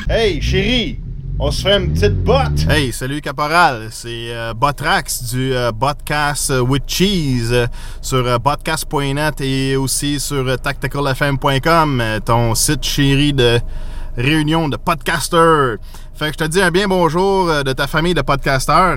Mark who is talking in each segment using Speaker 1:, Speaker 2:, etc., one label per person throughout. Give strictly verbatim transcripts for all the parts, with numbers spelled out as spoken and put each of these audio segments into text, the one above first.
Speaker 1: Hey, chérie, on se fait une petite botte.
Speaker 2: Hey, salut Caporal, c'est euh, Botrax du euh, Podcast with Cheese euh, sur euh, podcast point net et aussi sur euh, tactical f m point com, euh, ton site chéri de réunion de podcasters. Fait que je te dis un bien bonjour euh, de ta famille de podcasters.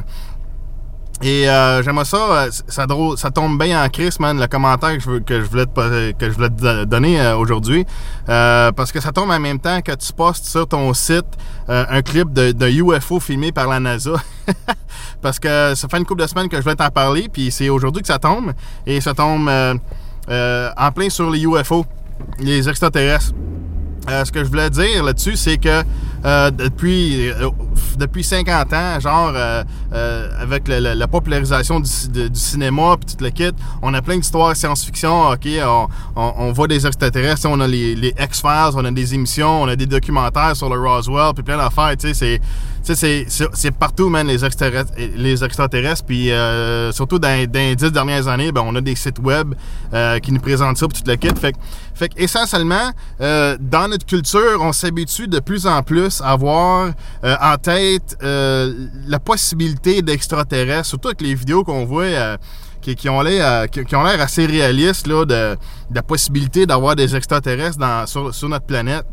Speaker 2: Et euh, j'aimerais ça, ça, ça tombe bien en crise, man, le commentaire que je, que je voulais te, que je voulais te donner euh, aujourd'hui. Euh, parce que ça tombe en même temps que tu postes sur ton site euh, un clip de, de U F O filmé par la NASA. Parce que ça fait une couple de semaines que je voulais t'en parler, puis c'est aujourd'hui que ça tombe. Et ça tombe euh, euh, en plein sur les U F O, les extraterrestres. Euh, ce que je voulais dire là-dessus, c'est que euh, depuis euh, depuis cinquante ans, genre euh, euh, avec le, le, la popularisation du, de, du cinéma puis tout le kit, on a plein d'histoires science-fiction. Ok, on, on, on voit des extraterrestres, on a les, les X-Files, on a des émissions, on a des documentaires sur le Roswell, puis plein d'affaires. Tu sais, c'est tu sais, c'est, c'est partout, man, les extraterrestres, les extraterrestres. Puis euh, surtout dans, dans les dix dernières années, ben on a des sites web euh, qui nous présentent ça puis tout le kit. Fait, fait qu'essentiellement, euh, dans notre culture, on s'habitue de plus en plus à avoir euh, en tête euh, la possibilité d'extraterrestres, surtout avec les vidéos qu'on voit euh, qui, qui ont l'air euh, qui, qui ont l'air assez réalistes là, de, de la possibilité d'avoir des extraterrestres dans, sur, sur notre planète.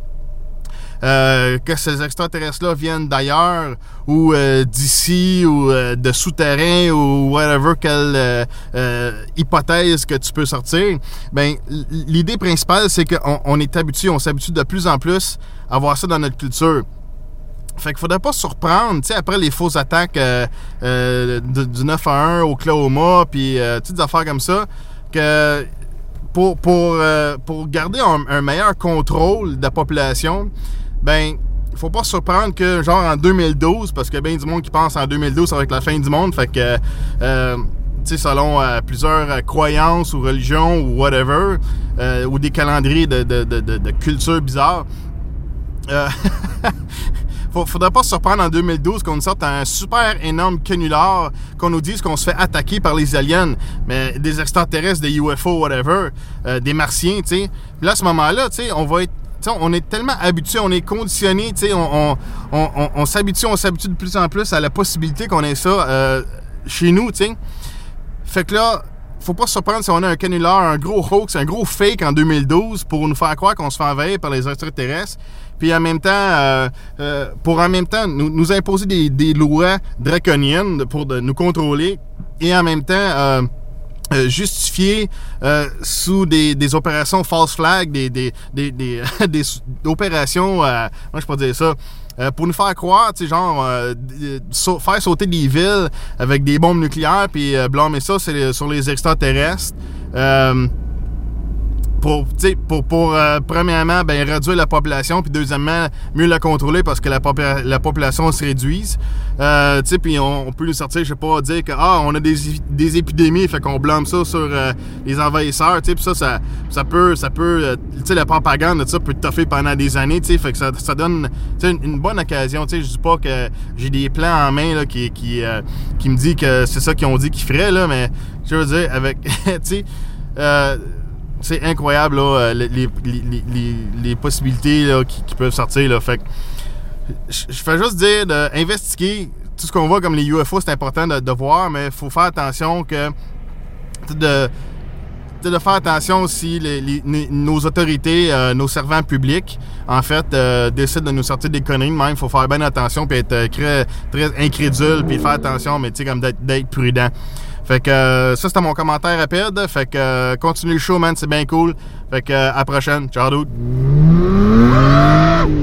Speaker 2: Euh, que ces extraterrestres-là viennent d'ailleurs ou euh, d'ici ou euh, de souterrain ou whatever, quelle euh, euh, hypothèse que tu peux sortir, ben l'idée principale, c'est qu'on on est habitué, on s'habitue de plus en plus à voir ça dans notre culture. Fait qu'il faudrait pas se surprendre, tu sais, après les fausses attaques euh, euh, du, du neuf à un au Oklahoma, puis euh, des affaires comme ça, que pour, pour, euh, pour garder un, un meilleur contrôle de la population, ben, faut pas se surprendre que, genre, en deux mille douze, parce qu'il y a bien du monde qui pense en deux mille douze, ça va être la fin du monde, fait que, euh, tu sais, selon euh, plusieurs euh, croyances ou religions ou whatever, euh, ou des calendriers de, de, de, de, de culture bizarre, euh, faudrait pas se surprendre en deux mille douze qu'on nous sorte un super énorme canular, qu'on nous dise qu'on se fait attaquer par les aliens, mais des extraterrestres, des U F O, whatever, euh, des martiens, tu sais. Puis là, à ce moment-là, tu sais, on va être T'sais, on est tellement habitué, on est conditionné, on, on, on, on, on s'habitue, on s'habitue de plus en plus à la possibilité qu'on ait ça euh, chez nous, t'sais. Fait que là, faut pas se surprendre si on a un canular, un gros hoax, un gros fake en deux mille douze pour nous faire croire qu'on se fait envahir par les extraterrestres, puis en même temps, euh, euh, pour en même temps nous, nous imposer des, des lois draconiennes pour de, nous contrôler, et en même temps euh, Euh, justifié euh, sous des, des opérations false flag, des, des, des, des, des opérations, euh, moi je peux dire ça, euh, pour nous faire croire, tu sais, genre, euh, sa- faire sauter des villes avec des bombes nucléaires, puis euh, blâmer ça sur les, sur les extraterrestres. Euh, Pour, pour, pour euh, premièrement, ben, réduire la population, puis deuxièmement, mieux la contrôler parce que la, popula- la population se réduise. Euh, puis on, on peut nous sortir, je sais pas, dire que ah, on a des, des épidémies, fait qu'on blâme ça sur euh, les envahisseurs, puis ça, ça, ça peut, ça peut, euh, tu sais, la propagande de ça peut toffer pendant des années, tu sais, fait que ça, ça donne une, une bonne occasion, tu sais. Je dis pas que j'ai des plans en main là, qui, qui, euh, qui me dit que c'est ça qu'ils ont dit qu'ils feraient, là, mais je veux dire, avec, tu sais, euh, c'est incroyable, là, les, les, les, les, les possibilités là, qui, qui peuvent sortir. Là. Fait que je, je fais juste dire d'investiguer tout ce qu'on voit comme les U F O, c'est important de, de voir, mais il faut faire attention que de, de faire attention si les, les, nos autorités, euh, nos servants publics, en fait, euh, décident de nous sortir des conneries. Même, il faut faire bien attention puis être très, très incrédule puis faire attention, mais tu sais, comme d'être, d'être prudent. Fait que euh, ça, c'était mon commentaire rapide. Fait que euh, continue le show, man, c'est bien cool. Fait que euh, à la prochaine. Ciao, dude.